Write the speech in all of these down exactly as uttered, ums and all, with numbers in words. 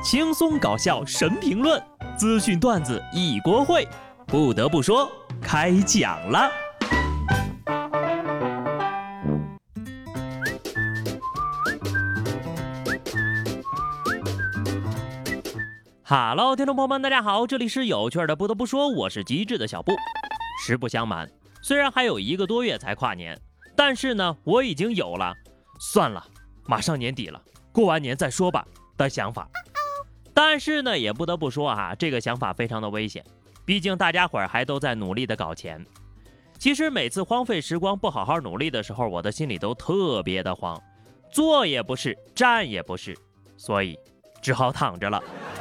轻松搞笑神评论，资讯段子一锅烩。不得不说，开讲了。哈喽，听众朋友们，大家好，这里是有趣的。不得不说，我是机智的小布。实不相瞒，虽然还有一个多月才跨年，但是呢，我已经有了算了，马上年底了，过完年再说吧的想法。但是呢，也不得不说啊，这个想法非常的危险，毕竟大家伙儿还都在努力的搞钱。其实每次荒废时光不好好努力的时候，我的心里都特别的慌，坐也不是，站也不是，所以只好躺着了。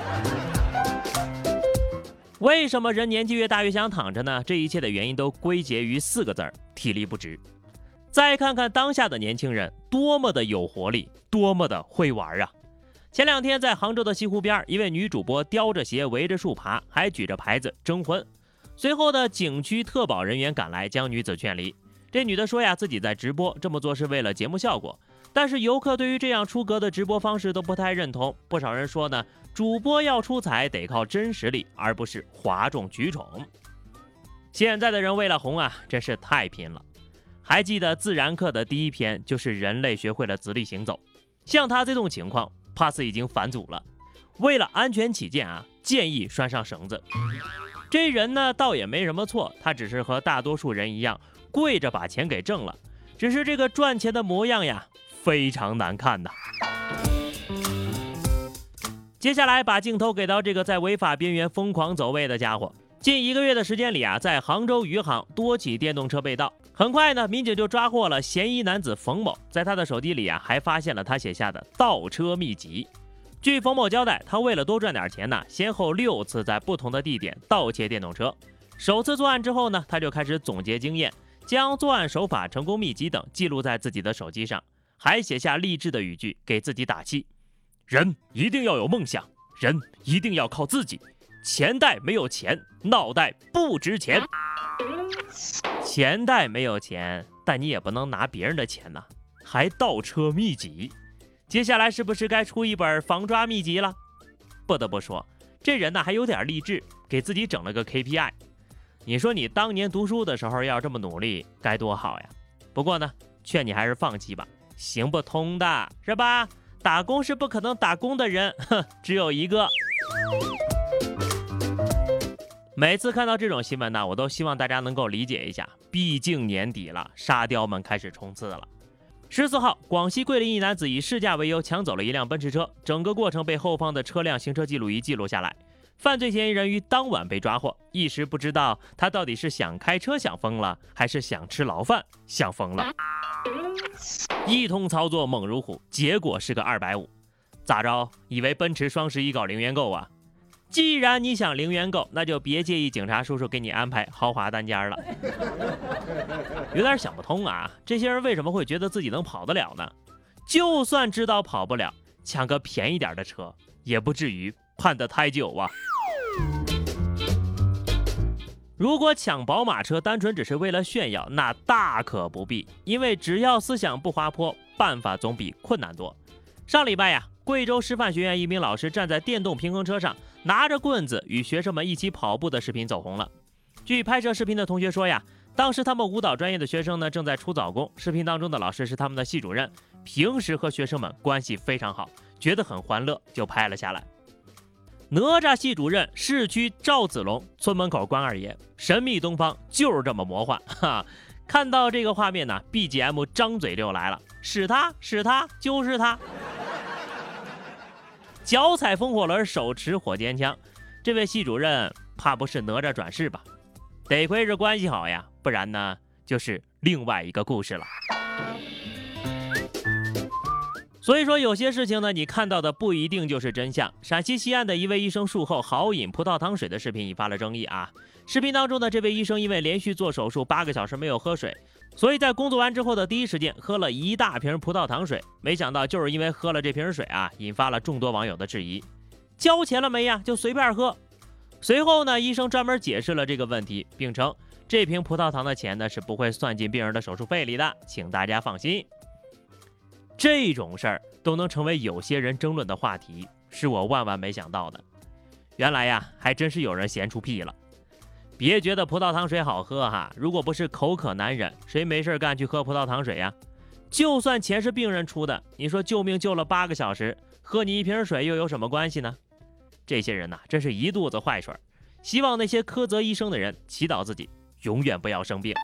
为什么人年纪越大越想躺着呢？这一切的原因都归结于四个字儿：体力不支。再看看当下的年轻人，多么的有活力，多么的会玩啊！前两天在杭州的西湖边，一位女主播叼着鞋围着树爬，还举着牌子征婚。随后的景区特保人员赶来，将女子劝离。这女的说呀，自己在直播，这么做是为了节目效果。但是游客对于这样出格的直播方式都不太认同，不少人说呢，主播要出彩得靠真实力，而不是哗众取宠。现在的人为了红啊，真是太拼了。还记得自然课的第一篇就是人类学会了自力行走，像他这种情况怕是已经返祖了。为了安全起见啊，建议拴上绳子。这人呢倒也没什么错，他只是和大多数人一样跪着把钱给挣了，只是这个赚钱的模样呀非常难看呐。接下来把镜头给到这个在违法边缘疯狂走位的家伙。近一个月的时间里啊，在杭州余杭多起电动车被盗，很快呢，民警就抓获了嫌疑男子冯某，在他的手机里啊，还发现了他写下的盗车秘籍。据冯某交代，他为了多赚点钱呢，先后六次在不同的地点盗窃电动车。首次作案之后呢，他就开始总结经验，将作案手法、成功秘籍等记录在自己的手机上，还写下励志的语句给自己打气：人一定要有梦想，人一定要靠自己。钱袋没有钱，脑袋不值钱。钱袋没有钱，但你也不能拿别人的钱呐，还盗车秘籍。接下来是不是该出一本防抓秘籍了？不得不说，这人呢还有点励志，给自己整了个 K P I。你说你当年读书的时候要这么努力，该多好呀！不过呢，劝你还是放弃吧，行不通的，是吧？打工是不可能打工的人，哼，只有一个。每次看到这种新闻呢，我都希望大家能够理解一下，毕竟年底了，沙雕们开始冲刺了。十四号，广西桂林一男子以试驾为由抢走了一辆奔驰车，整个过程被后方的车辆行车记录仪记录下来。犯罪嫌疑人于当晚被抓获，一时不知道他到底是想开车想疯了，还是想吃牢饭想疯了。一通操作猛如虎，结果是个二百五，咋着？以为奔驰双十一搞零元购啊？既然你想零元购，那就别介意警察叔叔给你安排豪华单间了。有点想不通啊，这些人为什么会觉得自己能跑得了呢？就算知道跑不了，抢个便宜点的车，也不至于判得太久啊。如果抢宝马车单纯只是为了炫耀，那大可不必，因为只要思想不滑坡，办法总比困难多。上礼拜呀，贵州师范学院一名老师站在电动平衡车上，拿着棍子与学生们一起跑步的视频走红了。据拍摄视频的同学说呀，当时他们舞蹈专业的学生呢正在出早功，视频当中的老师是他们的系主任，平时和学生们关系非常好，觉得很欢乐，就拍了下来。哪吒系主任，市区赵子龙，村门口关二爷，神秘东方就是这么魔幻哈！看到这个画面呢 ，B G M 张嘴就来了，是他是他就是他。脚踩风火轮，手持火箭枪，这位系主任怕不是哪吒转世吧？得亏是关系好呀，不然呢就是另外一个故事了。所以说有些事情呢，你看到的不一定就是真相。陕西西安的一位医生术后豪饮葡萄糖水的视频引发了争议啊。视频当中的这位医生因为连续做手术八个小时没有喝水，所以在工作完之后的第一时间喝了一大瓶葡萄糖水。没想到就是因为喝了这瓶水啊，引发了众多网友的质疑。交钱了没呀？就随便喝。随后呢，医生专门解释了这个问题，并称这瓶葡萄糖的钱呢是不会算进病人的手术费里的，请大家放心。这种事儿都能成为有些人争论的话题， 是我万万没想到的。原来呀，还真是有人闲出屁了。别觉得葡萄糖水好喝哈，如果不是口渴难忍，谁没事干去喝葡萄糖水呀？就算钱是病人出的，你说救命救了八个小时，喝你一瓶水又有什么关系呢？这些人呐、啊，真是一肚子坏水。希望那些苛责医生的人祈祷自己永远不要生病。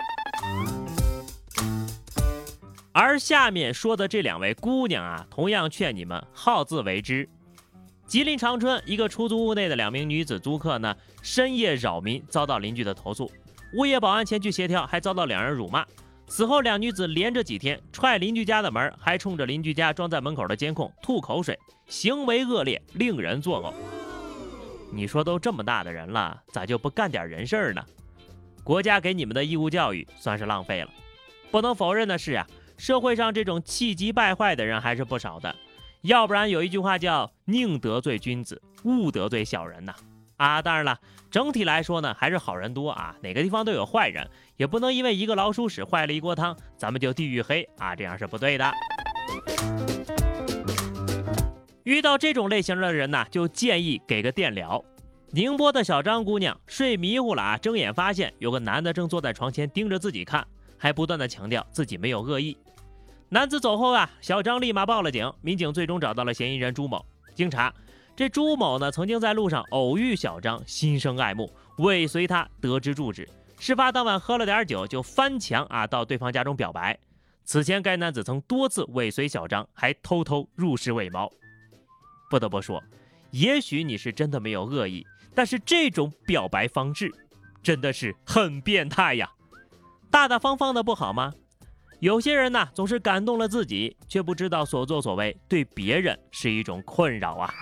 而下面说的这两位姑娘啊，同样劝你们好自为之。吉林长春一个出租屋内的两名女子租客呢，深夜扰民，遭到邻居的投诉，物业保安前去协调，还遭到两人辱骂。此后两女子连着几天踹邻居家的门，还冲着邻居家装在门口的监控吐口水，行为恶劣，令人作呕。你说都这么大的人了，咋就不干点人事儿呢？国家给你们的义务教育算是浪费了。不能否认的是啊，社会上这种气急败坏的人还是不少的，要不然有一句话叫宁得罪君子，勿得罪小人呐。啊，当然了，整体来说呢，还是好人多啊，哪个地方都有坏人，也不能因为一个老鼠屎坏了一锅汤，咱们就地域黑啊，这样是不对的。遇到这种类型的人呢，就建议给个电疗。宁波的小张姑娘睡迷糊了啊，睁眼发现有个男的正坐在床前盯着自己看，还不断的强调自己没有恶意。男子走后啊，小张立马报了警，民警最终找到了嫌疑人朱某。经查，这朱某呢曾经在路上偶遇小张，心生爱慕，尾随他得知住址。事发当晚喝了点酒，就翻墙啊到对方家中表白。此前该男子曾多次尾随小张，还偷偷入室喂猫。不得不说，也许你是真的没有恶意，但是这种表白方式真的是很变态呀！大大方方的不好吗？有些人呢，总是感动了自己，却不知道所作所为对别人是一种困扰啊。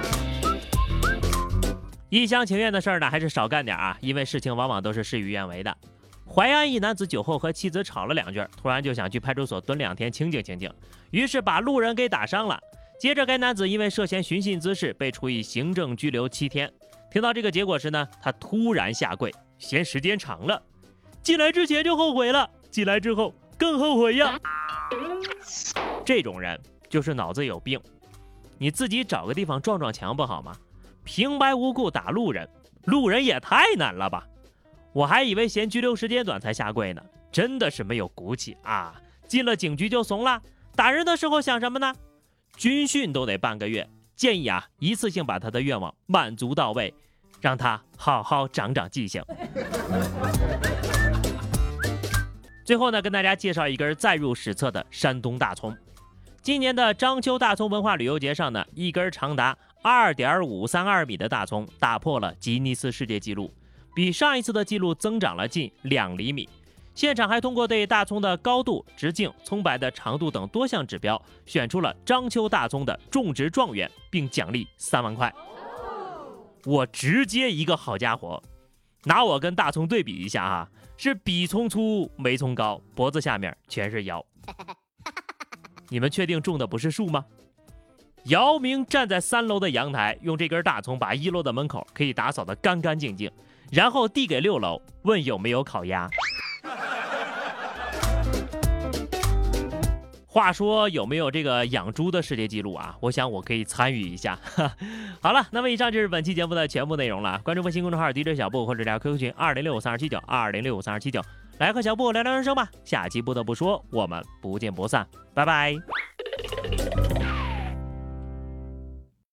一厢情愿的事儿呢，还是少干点啊，因为事情往往都是事与愿违的。淮安一男子酒后和妻子吵了两句，突然就想去派出所蹲两天清静清静，于是把路人给打伤了。接着该男子因为涉嫌寻衅滋事被处以行政拘留七天。听到这个结果时呢，他突然下跪，嫌时间长了。进来之前就后悔了，进来之后更后悔呀。这种人就是脑子有病。你自己找个地方撞撞墙不好吗？平白无故打路人，路人也太难了吧。我还以为嫌拘留时间短才下跪呢，真的是没有骨气啊！进了警局就怂了，打人的时候想什么呢？军训都得半个月，建议啊一次性把他的愿望满足到位，让他好好长长记性。最后呢，跟大家介绍一根载入史册的山东大葱。今年的章丘大葱文化旅游节上呢，一根长达 二点五三二 米的大葱打破了吉尼斯世界纪录，比上一次的纪录增长了近两厘米。现场还通过对大葱的高度、直径、葱白的长度等多项指标，选出了章丘大葱的种植状元，并奖励三万块。我直接一个好家伙，拿我跟大葱对比一下哈，是比葱粗没葱高，脖子下面全是腰。你们确定种的不是树吗？姚明站在三楼的阳台，用这根大葱把一楼的门口可以打扫得干干净净，然后递给六楼，问有没有烤鸭。话说有没有这个养猪的世界纪录啊？我想我可以参与一下。好了，那么以上就是本期节目的全部内容了。关注微信公众号 D J 小布或者加 Q Q 群二零六五三二七九二零六五三二七九，来和小布聊聊人生吧。下期不得不说，我们不见不散，拜拜。